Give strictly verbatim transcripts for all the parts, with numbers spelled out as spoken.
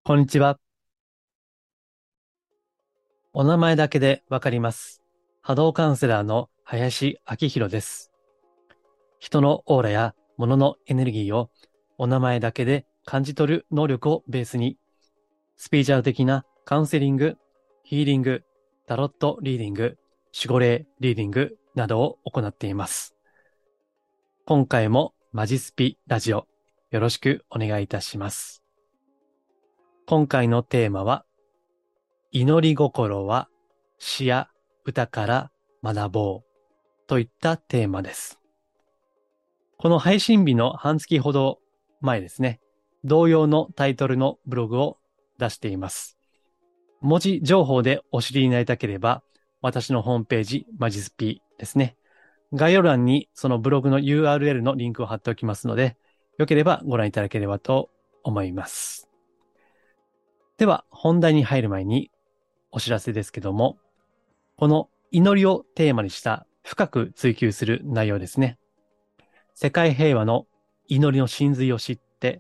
こんにちは。お名前だけでわかります。波動カウンセラーの林明宏です。人のオーラや物のエネルギーをお名前だけで感じ取る能力をベースに、スピーチュアル的なカウンセリング、ヒーリング、タロットリーディング、守護霊リーディングなどを行っています。今回もマジスピラジオよろしくお願いいたします。今回のテーマは、祈り心は詩や歌から学ぼうといったテーマです。この配信日の半月ほど前ですね、同様のタイトルのブログを出しています。文字情報でお知りになりたければ、私のホームページ、マジスピですね。概要欄にそのブログの ユーアールエル のリンクを貼っておきますので、よければご覧いただければと思います。では、本題に入る前にお知らせですけども、この祈りをテーマにした深く追求する内容ですね。世界平和の祈りの真髄を知って、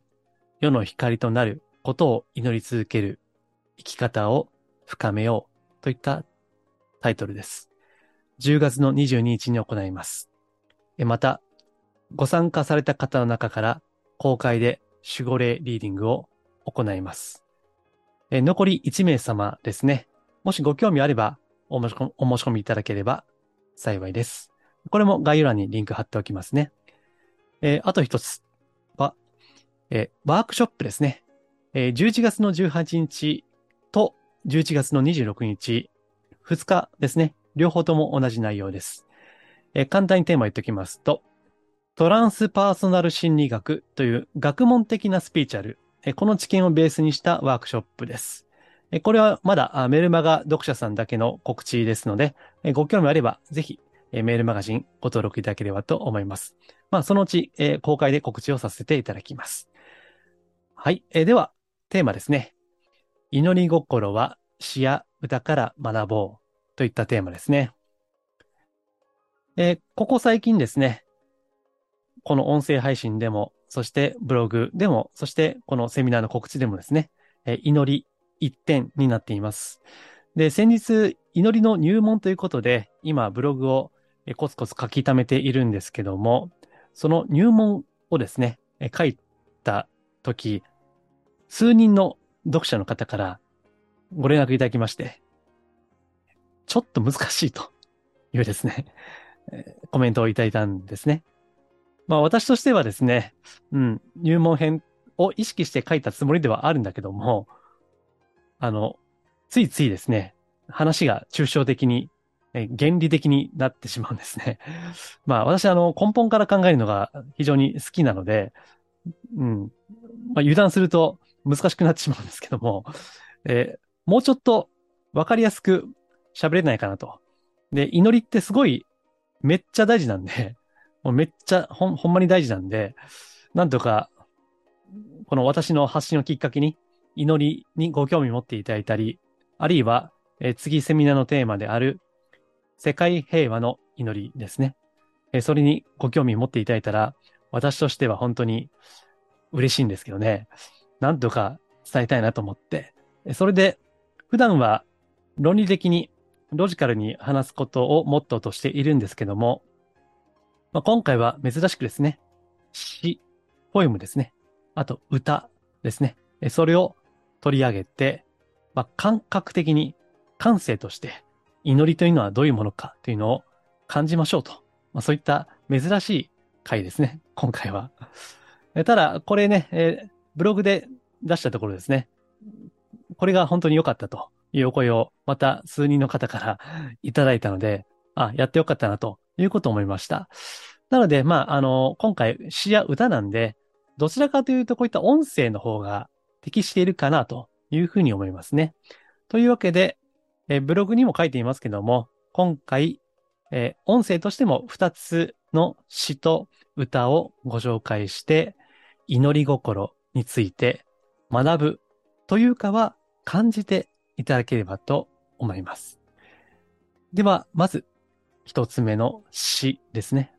世の光となることを祈り続ける生き方を深めようといったタイトルです。じゅうがつのにじゅうににちに行います。また、ご参加された方の中から公開で守護霊リーディングを行います。残りいちめいさまですね。もしご興味あればお申し込みいただければ幸いです。これも概要欄にリンク貼っておきますね。えー、あと一つは、えー、ワークショップですね。えー、じゅういちがつのじゅうはちにちとじゅういちがつのにじゅうろくにち、ふつかですね。両方とも同じ内容です。えー、簡単にテーマを言っておきますと、トランスパーソナル心理学という学問的なスピーチャル、えー、この知見をベースにしたワークショップです。えー、これはまだメルマガ読者さんだけの告知ですので、えー、ご興味あればぜひメールマガジンご登録いただければと思います。まあ、そのうち、えー、公開で告知をさせていただきます。はい。えー、では、テーマですね。祈り心は詩や歌から学ぼうといったテーマですね。えー、ここ最近ですね、この音声配信でも、そしてブログでも、そしてこのセミナーの告知でもですね、えー、祈り一点になっています。で、先日、祈りの入門ということで、今ブログをえーコツコツ書き溜めているんですけども、その入門をですね、えー書いたとき、数人の読者の方からご連絡いただきまして、ちょっと難しいというですね、えーコメントをいただいたんですね。まあ私としてはですね、うん、入門編を意識して書いたつもりではあるんだけども、あの、ついついですね、話が抽象的に、えー原理的になってしまうんですね。まあ私あの根本から考えるのが非常に好きなので、うん、まあ油断すると難しくなってしまうんですけども、えーもうちょっとわかりやすく喋れないかなと。で、祈りってすごいめっちゃ大事なんで、もうめっちゃほん、ほんまに大事なんで、なんとか、この私の発信をきっかけに、祈りにご興味持っていただいたり、あるいは、えー次セミナーのテーマである、世界平和の祈りですね。えーそれにご興味持っていただいたら、私としては本当に嬉しいんですけどね。なんとか伝えたいなと思って。えそれで、普段は論理的に、ロジカルに話すことをモットーとしているんですけども、まあ、今回は珍しくですね、詩、ポエムですね。あと歌ですね。えそれを取り上げて、まあ、感覚的に感性として祈りというのはどういうものかというのを感じましょうと。まあ、そういった珍しい回ですね。今回は。えただ、これね、えーブログで出したところですね。これが本当に良かったというお声をまた数人の方からいただいたので、あ、やってよかったなということを思いました。なので、まあ、あの、今回詩や歌なんで、どちらかというとこういった音声の方が適しているかなというふうに思いますね。というわけで、えブログにも書いていますけども、今回、えー音声としてもふたつの詩と歌をご紹介して、祈り心について学ぶというかは感じていただければと思います。では、まず一つ目の詩ですね。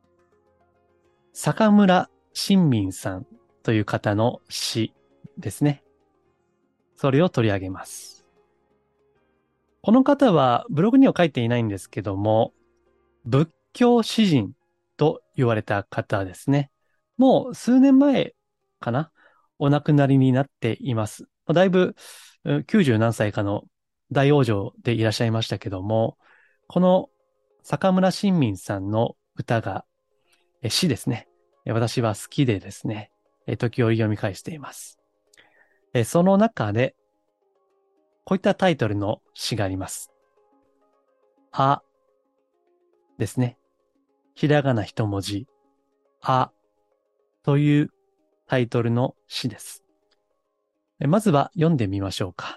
坂村新民さんという方の詩ですね。 それを取り上げます。この方はブログには書いていないんですけども、仏教詩人と言われた方ですね。もう数年前かな、お亡くなりになっています。だいぶきゅうじゅう何歳かの大往生でいらっしゃいましたけども、この坂村新民さんの歌が、え詩ですね。私は好きでですね、時折読み返しています。その中で、こういったタイトルの詩があります。あですね。ひらがな一文字、あというタイトルの詩です。まずは読んでみましょうか。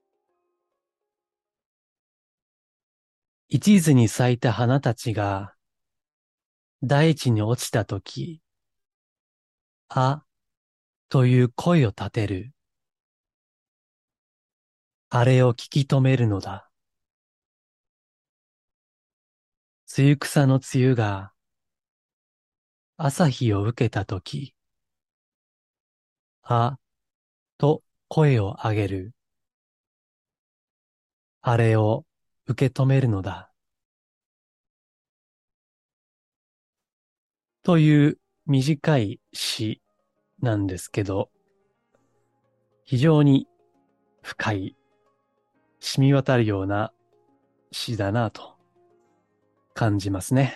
一途に咲いた花たちが大地に落ちたとき、あという声を立てる。あれを聞き止めるのだ。露草の梅雨が朝日を受けたとき、あと声を上げる。あれを受け止めるのだ。という短い詩なんですけど、非常に深い、染み渡るような詩だなと感じますね。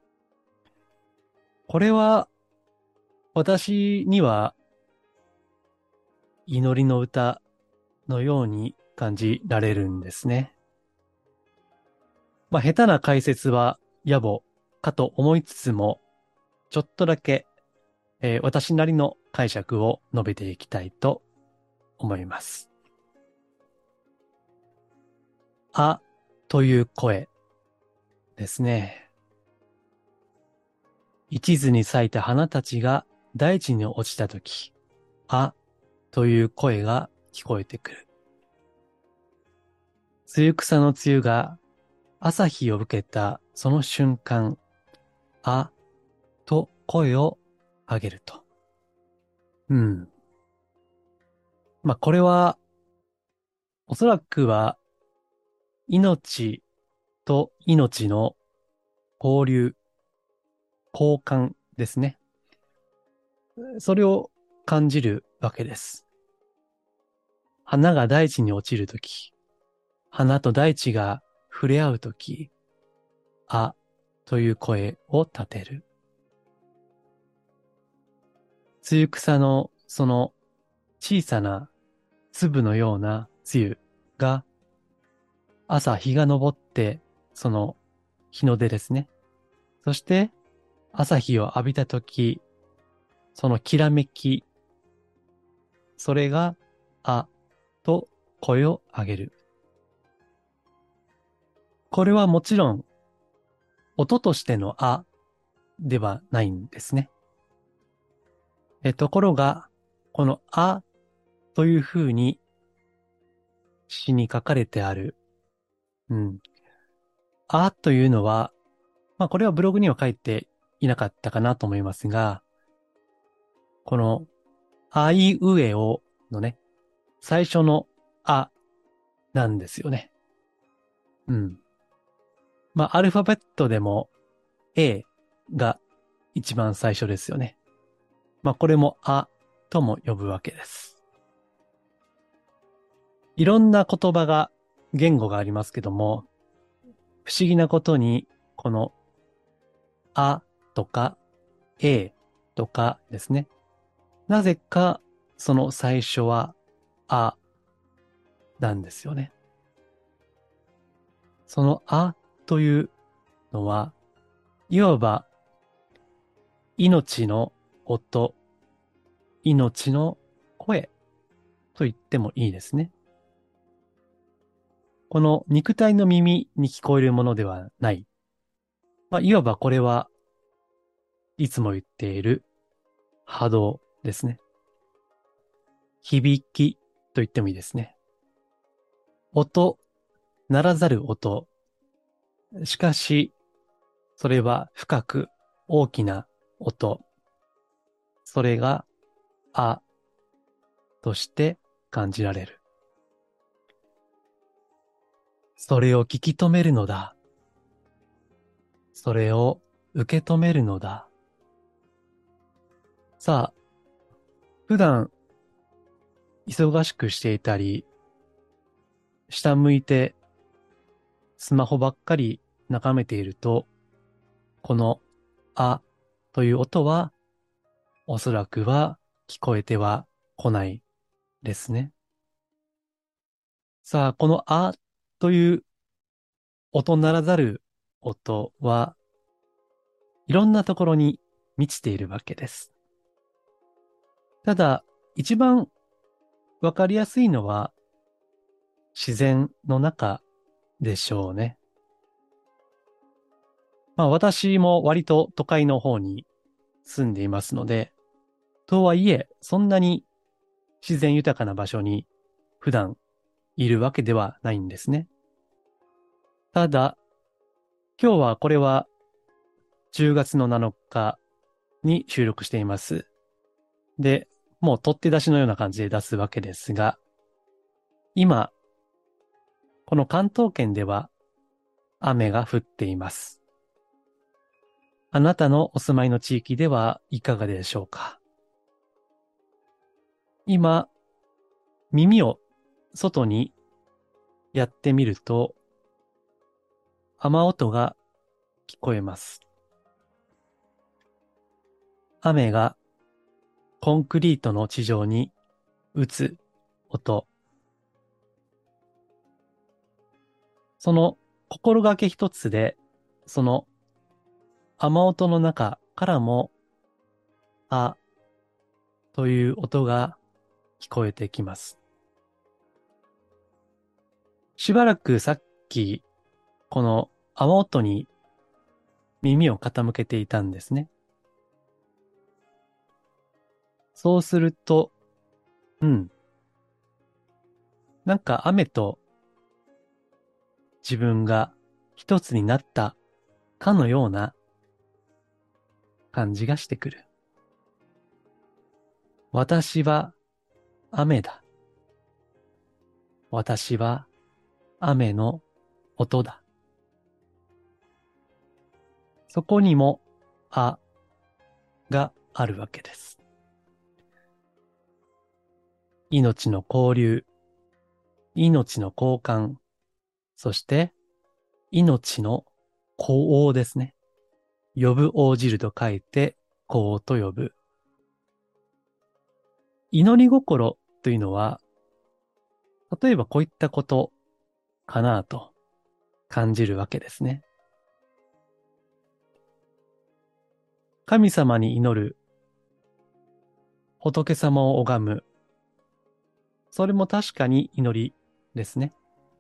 これは私には祈りの歌のように感じられるんですね。まあ、下手な解説は野暮かと思いつつも、ちょっとだけ、えー私なりの解釈を述べていきたいと思います。あという声ですね。一途に咲いた花たちが大地に落ちたとき、あという声が聞こえてくる。露草の梅雨が朝日を受けたその瞬間、あと声を上げると。うん。まあ、これは、おそらくは、命と命の交流、交換ですね。それを感じるわけです。花が大地に落ちるとき、花と大地が触れ合うとき、あという声を立てる。露草のその小さな粒のような露が朝日が昇って、その日の出ですね。そして朝日を浴びたとき、そのきらめき、それがあと声を上げる。これはもちろん音としてのあではないんですね。えところが、このあというふうに詩に書かれてある、うん。あというのは、まあこれはブログには書いていなかったかなと思いますが、このあいうえおのね、最初のあなんですよね。うん。まあアルファベットでも A が一番最初ですよね。まあこれもあとも呼ぶわけです。いろんな言葉が、言語がありますけども、不思議なことに、このあとか A とかですね。なぜかその最初はあなんですよね。そのあというのは、いわば命の音、命の声と言ってもいいですね。この肉体の耳に聞こえるものではない。まあ、いわばこれはいつも言っている波動ですね。響きと言ってもいいですね。音、ならざる音。しかし、それは深く大きな音。それが、あとして感じられる。 それを聞き止めるのだ。それを受け止めるのだ。さあ、普段忙しくしていたり、下向いてスマホばっかり眺めていると、このあという音はおそらくは聞こえては来ないですね。さあ、このあという音ならざる音はいろんなところに満ちているわけです。ただ、一番わかりやすいのは自然の中でしょうね。まあ私も割と都会の方に住んでいますので、とはいえ、そんなに自然豊かな場所に普段いるわけではないんですね。ただ、今日はこれはじゅうがつのなのかに収録しています。で、もう取って出しのような感じで出すわけですが、今、この関東圏では雨が降っています。あなたのお住まいの地域ではいかがでしょうか？今、耳を外にやってみると、雨音が聞こえます。雨がコンクリートの地上に打つ音。その心がけ一つで、その雨音の中からも、あという音が聞こえてきます。しばらくさっき、この雨音に耳を傾けていたんですね。そうすると、うん。なんか雨と自分が一つになったかのような感じがしてくる。私は雨だ。私は雨の音だ。そこにも、あがあるわけです。命の交流、命の交換、そして命の呼応ですね。呼ぶ応じると書いて、呼応と呼ぶ。祈り心というのは、例えばこういったことかなと感じるわけですね。神様に祈る、仏様を拝む。それも確かに祈りですね。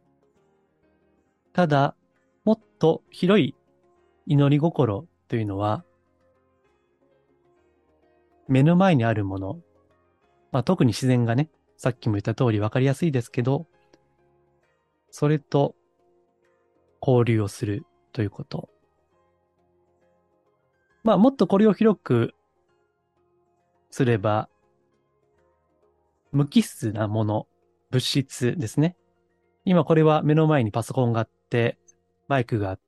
ただ、もっと広い祈り心というのは、目の前にあるもの、まあ、特に自然がね、さっきも言った通り分かりやすいですけど、それと交流をするということ。まあ、もっとこれを広くすれば、無機質なもの、物質ですね。今これは目の前にパソコンがあって、マイクがあって、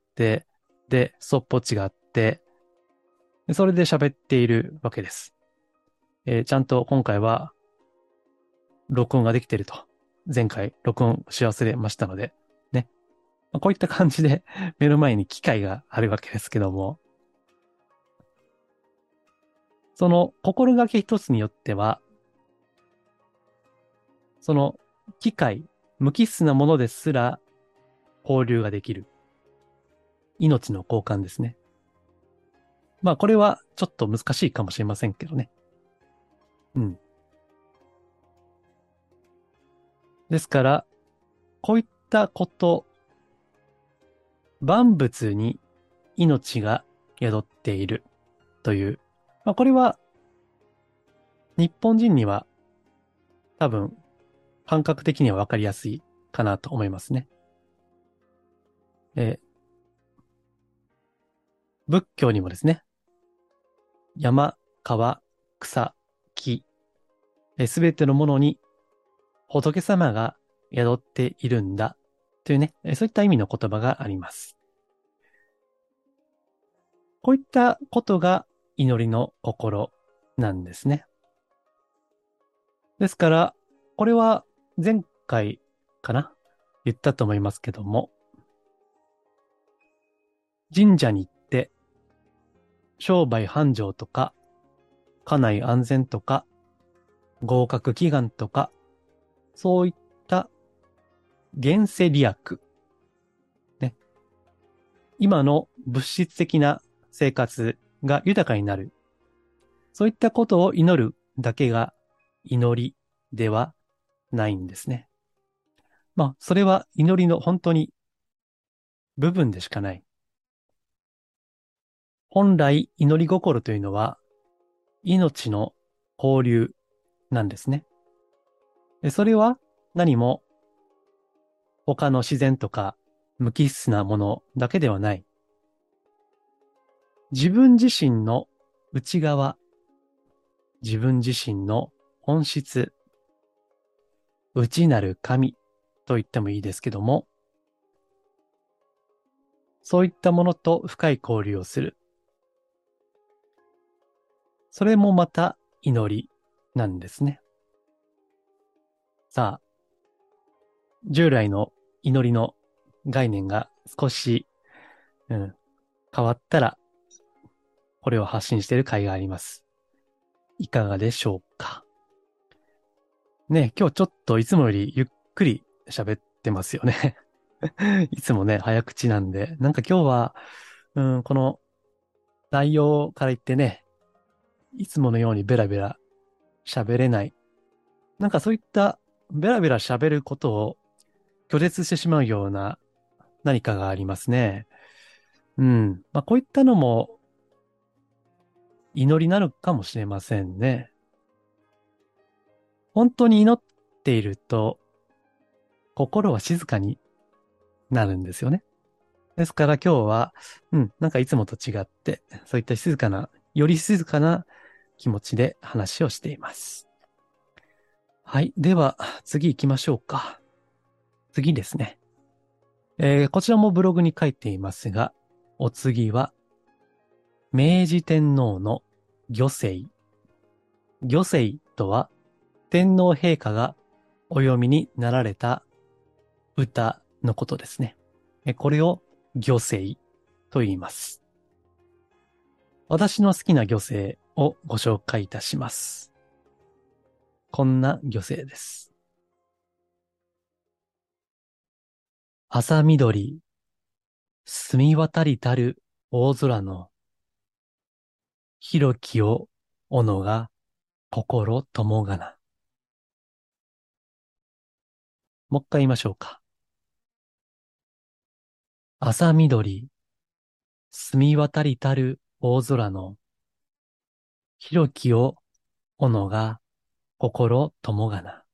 で、ストップウォッチがあって、それで喋っているわけです。えーちゃんと今回は録音ができていると。前回録音し忘れましたので、ね。まあこういった感じで目の前に機械があるわけですけども、その心がけ一つによっては、その機械、無機質なものですら交流ができる。命の交換ですね。まあこれはちょっと難しいかもしれませんけどね。うん。ですから、こういったこと、万物に命が宿っているという、まあこれは日本人には多分感覚的にはわかりやすいかなと思いますね。えー仏教にもですね、山、川、草、木、すべてのものに仏様が宿っているんだというね、そういった意味の言葉があります。こういったことが祈りの心なんですね。ですから、これは前回かな言ったと思いますけども、神社に行って商売繁盛とか、家内安全とか、合格祈願とか、そういった現世利益、ね、今の物質的な生活が豊かになる。そういったことを祈るだけが祈りではないんですね。まあ、それは祈りの本当に部分でしかない。本来祈り心というのは命の交流なんですね。でそれは何も他の自然とか無機質なものだけではない。自分自身の内側、自分自身の本質、内なる神と言ってもいいですけども、そういったものと深い交流をする。それもまた祈りなんですね。さあ、従来の祈りの概念が少し、うん、変わったら、これを発信している回があります。いかがでしょうか。ね、今日ちょっといつもよりゆっくり喋ってますよね。いつもね、早口なんで、なんか今日は、うん、この内容から言ってね、いつものようにベラベラ喋れない。なんかそういったベラベラ喋ることを拒絶してしまうような何かがありますね。うん。まあこういったのも祈りなのかもしれませんね。本当に祈っていると心は静かになるんですよね。ですから今日は、うん、なんかいつもと違って、そういった静かな、より静かな気持ちで話をしています。はい。では、次行きましょうか。次ですね。えーこちらもブログに書いていますが、お次は、明治天皇の御世。御世とは、天皇陛下がお読みになられた歌のことですね。えこれを御世と言います。私の好きな御世をご紹介いたします。こんな御世です。朝緑、澄み渡りたる大空の広きを斧が心ともがな。もう一回言いましょうか。朝緑、澄み渡りたる大空の広きを斧が心ともがな。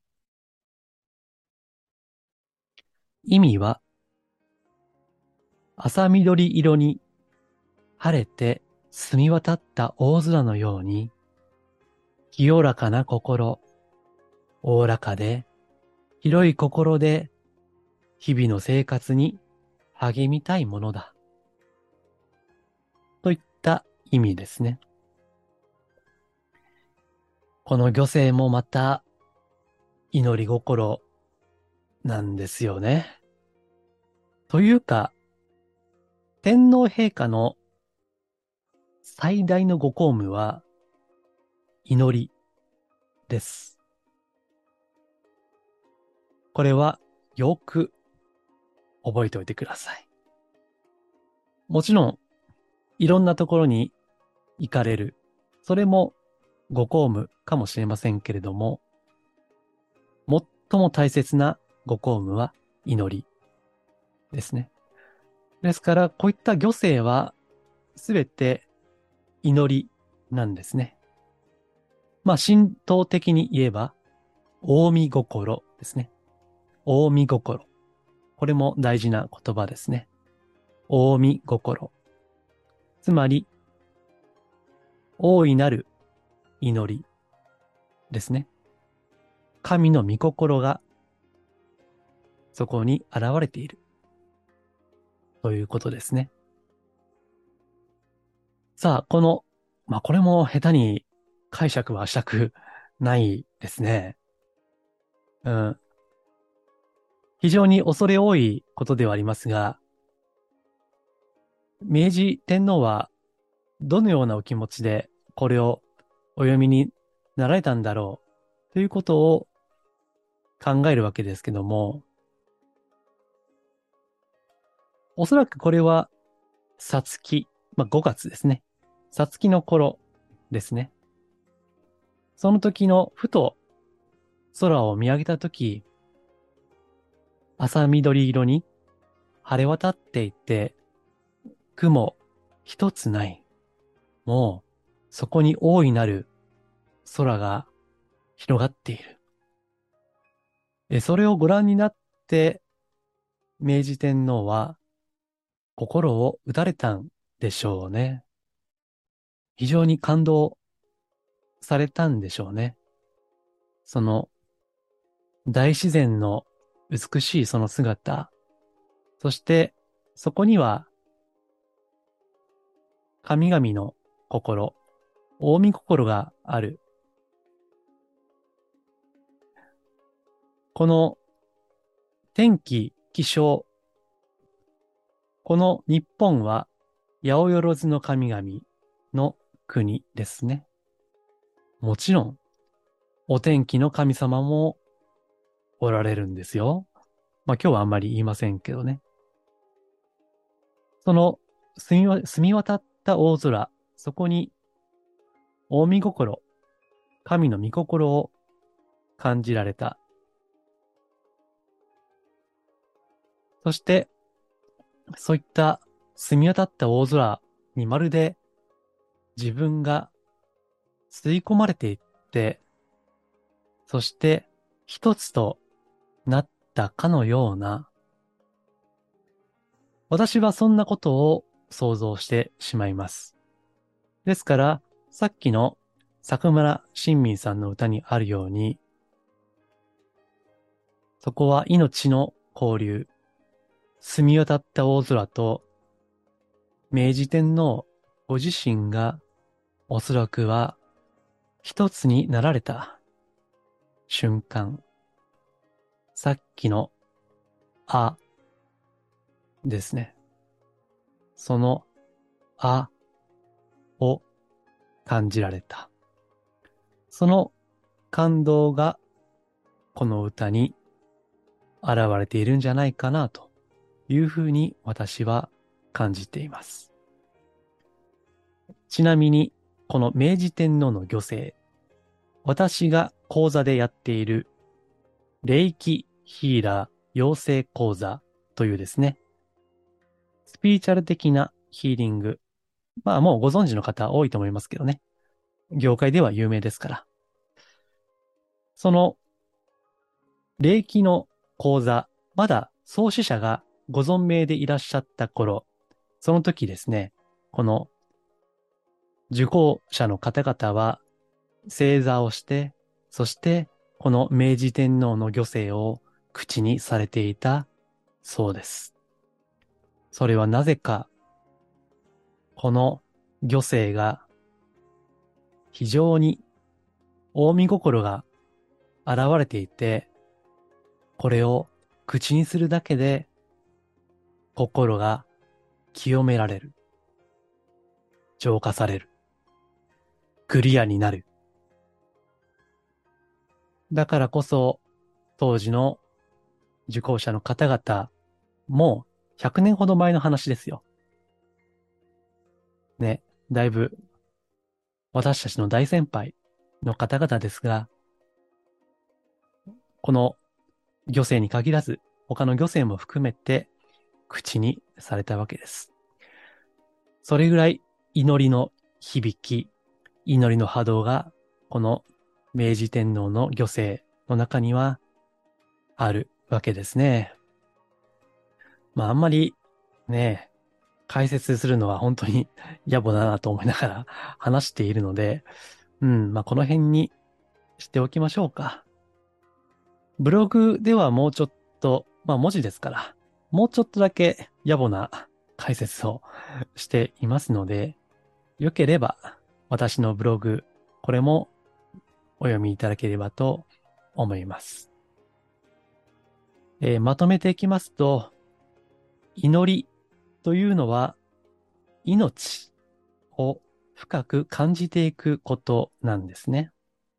意味は、朝緑色に晴れて澄み渡った大空のように、清らかな心、おおらかで、広い心で日々の生活に励みたいものだ。といった意味ですね。この漁生もまた祈り心なんですよね。というか、天皇陛下の最大のご公務は祈りです。これはよく覚えておいてください。もちろん、いろんなところに行かれる。それもご公務かもしれませんけれども、最も大切なご公務は祈りですね。ですから、こういった御政はすべて祈りなんですね。まあ、神道的に言えば、大見心ですね。大見心。これも大事な言葉ですね。大見心。つまり、大いなる祈りですね。神の御心がそこに現れている。 ということですね。さあ、この、まあ、これも下手に解釈はしたくないですね。うん。非常に恐れ多いことではありますが、明治天皇はどのようなお気持ちでこれをお読みになられたんだろうということを考えるわけですけども、おそらくこれは、さつき、まあ、ごがつですね。さつきの頃ですね。その時のふと空を見上げた時、朝緑色に晴れ渡っていて、雲一つない。もう、そこに大いなる空が広がっている。えそれをご覧になって、明治天皇は心を打たれたんでしょうね。非常に感動されたんでしょうね。その大自然の美しいその姿、そしてそこには神々の心、大御心がある。この天気、気象、この日本は八百万の神々の国ですね。もちろん、お天気の神様もおられるんですよ。まあ今日はあんまり言いませんけどね。その澄みわ澄み渡った大空、そこに大御心、神の御心を感じられた。そして、そういった澄み渡った大空にまるで自分が吸い込まれていって、そして一つとなったかのような、私はそんなことを想像してしまいます。ですから、さっきの作村新民さんの歌にあるように、そこは命の交流、澄み渡った大空と明治天皇ご自身がおそらくは一つになられた瞬間、さっきのあですね。そのあを感じられた。その感動がこの歌に現れているんじゃないかなというふうに私は感じています。ちなみに、この明治天皇の御制、私が講座でやっている霊気ヒーラー養成講座というですね、スピリチュアル的なヒーリング。まあもうご存知の方多いと思いますけどね。業界では有名ですから。その霊気の講座、まだ創始者がご存命でいらっしゃった頃、その時ですね、この受講者の方々は正座をして、そしてこの明治天皇の御制を口にされていたそうです。それはなぜか、この御制が非常に大見心が現れていて、これを口にするだけで心が清められる、浄化される、クリアになる。だからこそ当時の受講者の方々もひゃくねんほど前の話ですよ。ね、だいぶ私たちの大先輩の方々ですが、この漁政に限らず他の漁政も含めて口にされたわけです。それぐらい祈りの響き、祈りの波動がこの明治天皇の御政の中にはあるわけですね。まああんまりね、解説するのは本当に野暮だなと思いながら話しているので、うん、まあこの辺にしておきましょうか。ブログではもうちょっと、まあ文字ですから、もうちょっとだけ野暮な解説をしていますので、よければ私のブログ、これもお読みいただければと思います。えーまとめていきますと、祈りというのは命を深く感じていくことなんですね。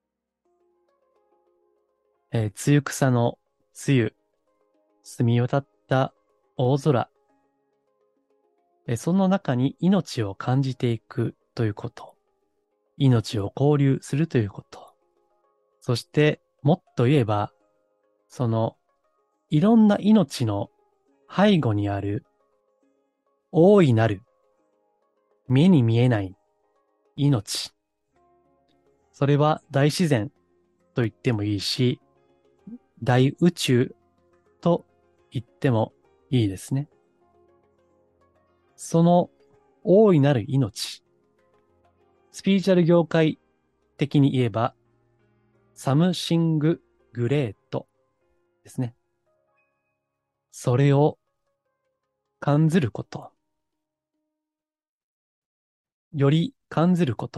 えー、露草の露、澄み渡った大空、えーその中に命を感じていくということ、命を交流するということ、そしてもっと言えば、そのいろんな命の背後にある大いなる目に見えない命。それは大自然と言ってもいいし、大宇宙と言ってもいいですね。その大いなる命。スピリチュアル業界的に言えば、サムシンググレートですね。それを感ずること。より感ずること。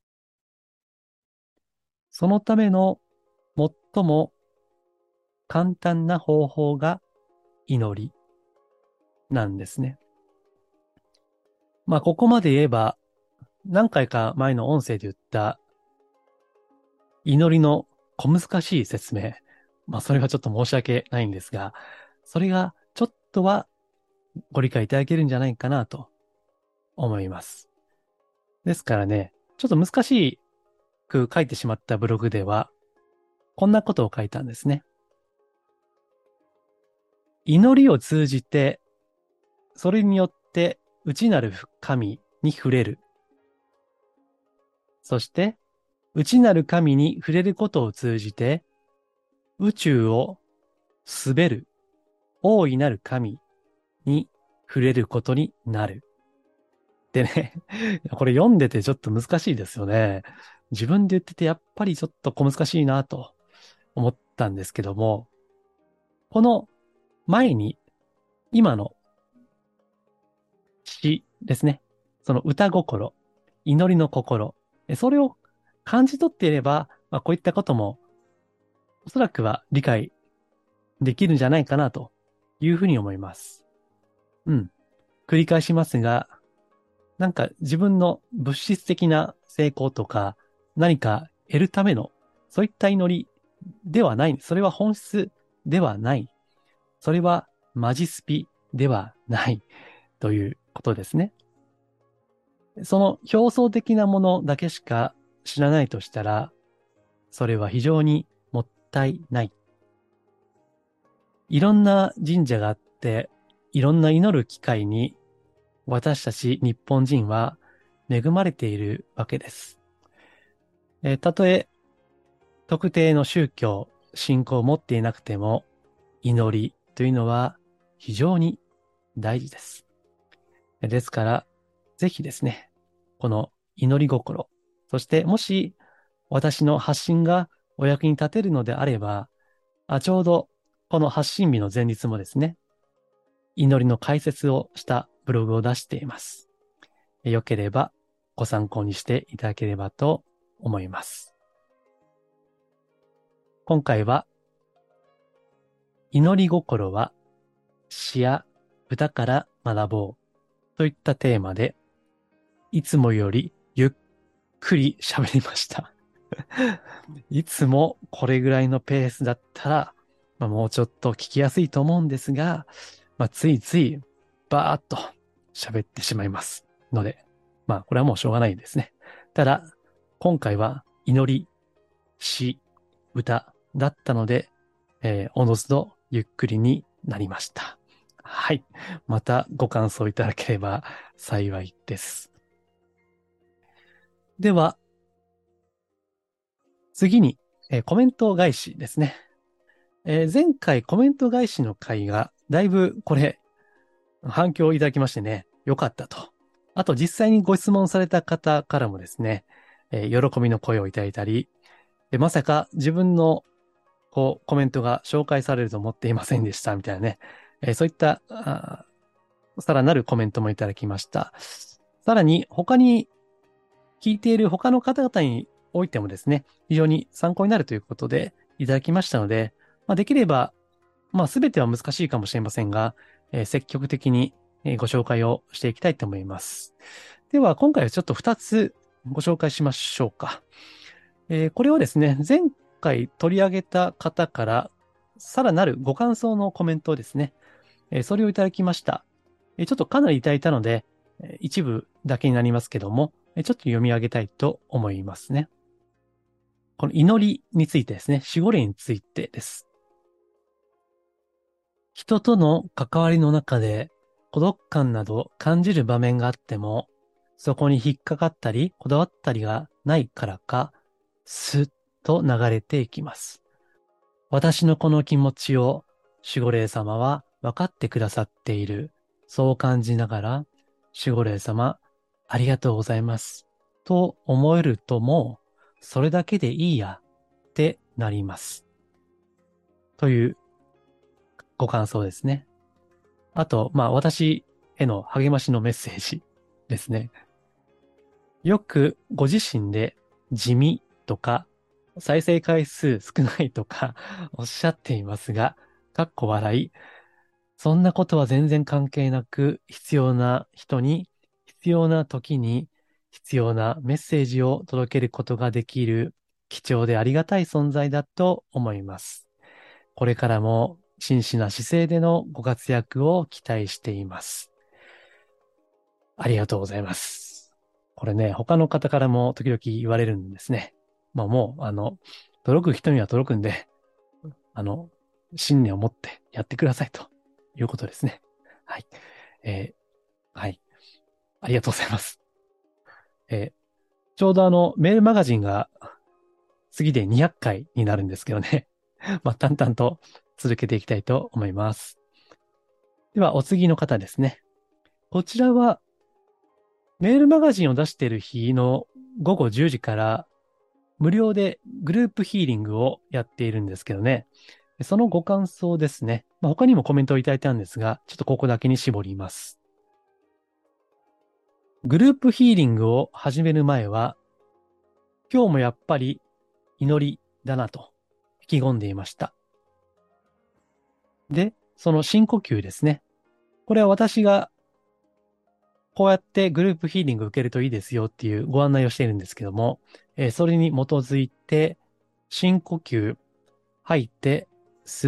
そのための最も簡単な方法が祈りなんですね。まあ、ここまで言えば、何回か前の音声で言った祈りの小難しい説明。まあ、それはちょっと申し訳ないんですが、それがちょっとはご理解いただけるんじゃないかなと思います。ですからね、ちょっと難しく書いてしまったブログでは、こんなことを書いたんですね。祈りを通じて、それによって内なる神に触れる。そして、内なる神に触れることを通じて、宇宙を滑る大いなる神に触れることになる。でね、これ読んでてちょっと難しいですよね。自分で言っててやっぱりちょっと小難しいなと思ったんですけども、この前に今の詩ですね。その歌心、祈りの心、それを感じ取っていれば、まあ、こういったこともおそらくは理解できるんじゃないかなというふうに思います。うん。繰り返しますが、なんか自分の物質的な成功とか何か得るためのそういった祈りではない。それは本質ではない。それはマジスピではないということですね。その表層的なものだけしか知らないとしたら、それは非常にもったいない。いろんな神社があって、いろんな祈る機会に私たち日本人は恵まれているわけです。えーたとえ特定の宗教、信仰を持っていなくても、祈りというのは非常に大事です。ですから、ぜひですね、この祈り心、そしてもし私の発信がお役に立てるのであれば、あちょうどこの発信日の前日もですね、祈りの解説をしたブログを出しています。よければご参考にしていただければと思います。今回は祈り心は詩や歌から学ぼうといったテーマで、いつもよりゆっくり喋りました。いつもこれぐらいのペースだったら、まあ、もうちょっと聞きやすいと思うんですが、まあ、ついついバーっと喋ってしまいますので、まあこれはもうしょうがないですね。ただ、今回は祈り、詩、歌だったので、えーおのずとゆっくりになりました。はい。またご感想いただければ幸いです。では、次に、えーコメント返しですね。えー前回コメント返しの回が、だいぶこれ、反響をいただきましてね、良かったと。あと実際にご質問された方からもですね、えー喜びの声をいただいたり、でまさか自分のこうコメントが紹介されると思っていませんでしたみたいなね、えーそういったさらなるコメントもいただきました。さらに、他に聞いている他の方々においてもですね、非常に参考になるということでいただきましたので、まあ、できれば、まあ、すべては難しいかもしれませんが、えー積極的にえーご紹介をしていきたいと思います。では、今回はちょっとふたつご紹介しましょうか。えーこれはですね、前回取り上げた方からさらなるご感想のコメントをですね、えーそれをいただきました。えーちょっとかなりいただいたので、えー一部だけになりますけども、えーちょっと読み上げたいと思いますね。この祈りについてですね、守護霊についてです。人との関わりの中で孤独感など感じる場面があっても、そこに引っかかったりこだわったりがないからか、スッと流れていきます。私のこの気持ちを守護霊様は分かってくださっている。そう感じながら、守護霊様、ありがとうございます。と思えるともう、それだけでいいや、ってなります。というご感想ですね。あと、まあ私への励ましのメッセージですね。よくご自身で地味とか再生回数少ないとかおっしゃっていますが、かっこ笑い。そんなことは全然関係なく、必要な人に、必要な時に、必要なメッセージを届けることができる貴重でありがたい存在だと思います。これからも真摯な姿勢でのご活躍を期待しています。ありがとうございます。これね、他の方からも時々言われるんですね。まあもう、あの、届く人には届くんで、あの、信念を持ってやってくださいということですね。はい。えーはい。ありがとうございます。えーちょうどあの、メールマガジンが次でにひゃっかいになるんですけどね。まあ、淡々と続けていきたいと思います。では、お次の方ですね。こちらは、メールマガジンを出している日の午後じゅうじから無料でグループヒーリングをやっているんですけどね。そのご感想ですね。まあ、他にもコメントをいただいたんですが、ちょっとここだけに絞ります。グループヒーリングを始める前は、今日もやっぱり祈りだなと意気込んでいました。で、その深呼吸ですね。これは私がこうやってグループヒーリング受けるといいですよっていうご案内をしているんですけども、えーそれに基づいて深呼吸、吐いて、吸って、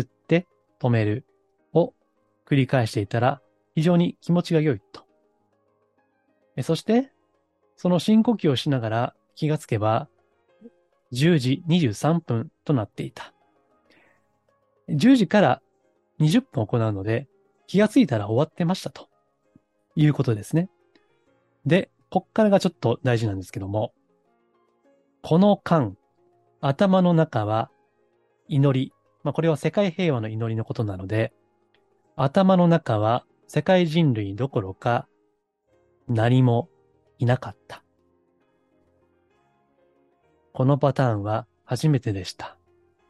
止めるを繰り返していたら非常に気持ちが良いと。えそして、その深呼吸をしながら気がつけばじゅうじにじゅうさんぷんとなっていた。じゅうじからにじゅっぷん行うので気がついたら終わってましたということですね。で、こっからがちょっと大事なんですけども、この間、頭の中は祈り、まあこれは世界平和の祈りのことなので、頭の中は世界人類どころか何もいなかった。このパターンは初めてでした。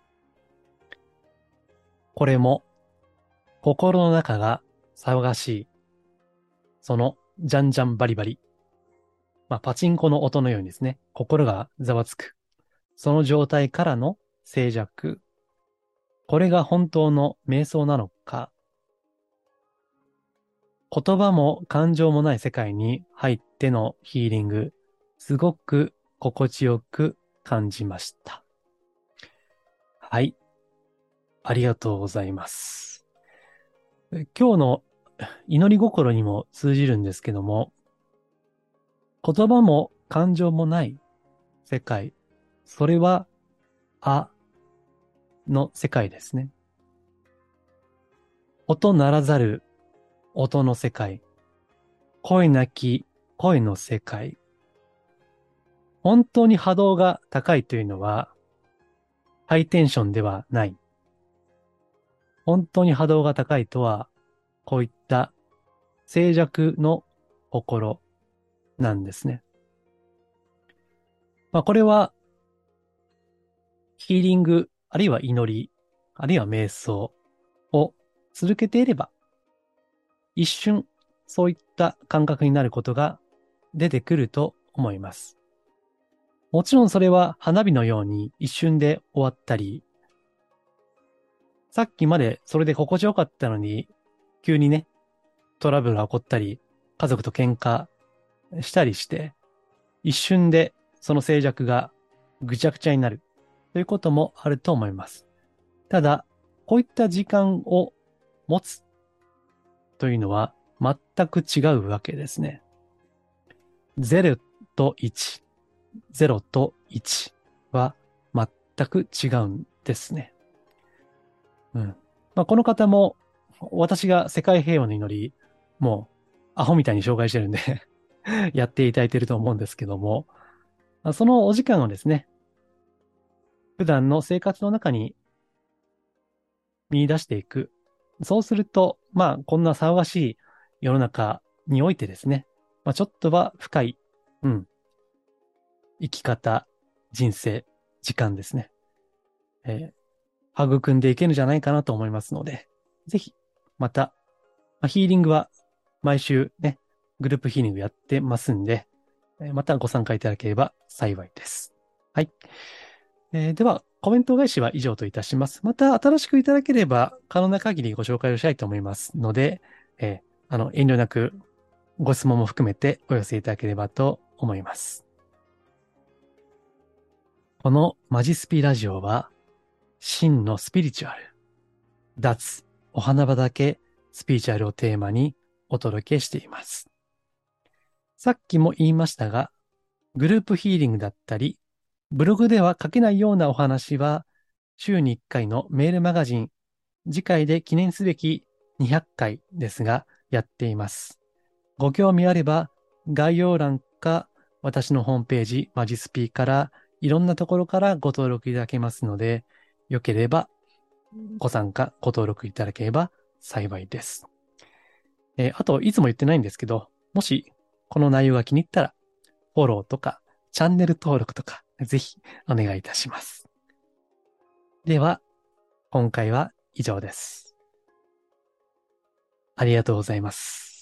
これも心の中が騒がしい。そのじゃんじゃんバリバリ。まあパチンコの音のようにですね、心がざわつく。その状態からの静寂。これが本当の瞑想なのか。言葉も感情もない世界に入ってのヒーリング。すごく心地よく感じました。はい。ありがとうございます。今日の祈り心にも通じるんですけども、言葉も感情もない世界。それは、あの世界ですね。音ならざる音の世界。声なき声の世界。本当に波動が高いというのは、ハイテンションではない。本当に波動が高いとは、こういった静寂の心なんですね。まあこれはヒーリング、あるいは祈り、あるいは瞑想を続けていれば、一瞬そういった感覚になることが出てくると思います。もちろんそれは花火のように一瞬で終わったり、さっきまでそれで心地よかったのに、急にね、トラブルが起こったり、家族と喧嘩したりして、一瞬でその静寂がぐちゃぐちゃになるということもあると思います。ただ、こういった時間を持つというのは全く違うわけですね。ゼロといち、ゼロといちは全く違うんですね。うん。まあ、この方も私が世界平和の祈り、もうアホみたいに紹介してるんでやっていただいていると思うんですけども、そのお時間をですね、普段の生活の中に見出していく。そうすると、まあ、こんな騒がしい世の中においてですね、まあ、ちょっとは深い、うん、生き方、人生、時間ですね、えー、育んでいけるんじゃないかなと思いますので、ぜひ、また、まあ、ヒーリングは毎週ね、グループヒーリングやってますんで、えーまたご参加いただければ幸いです。はい。えーでは、コメント返しは以上といたします。また新しくいただければ可能な限りご紹介をしたいと思いますので、えーあの、遠慮なくご質問も含めてお寄せいただければと思います。このマジスピラジオは、真のスピリチュアル、脱、お花畑スピリチュアルをテーマにお届けしています。さっきも言いましたが、グループヒーリングだったり、ブログでは書けないようなお話は、週にいっかいのメールマガジン、次回で記念すべきにひゃっかいですが、やっています。ご興味あれば、概要欄か私のホームページ、マジスピからいろんなところからご登録いただけますので、よければご参加、ご登録いただければ幸いです。えーあと、いつも言ってないんですけど、もしこの内容が気に入ったら、フォローとかチャンネル登録とか、ぜひお願いいたします。では、今回は以上です。ありがとうございます。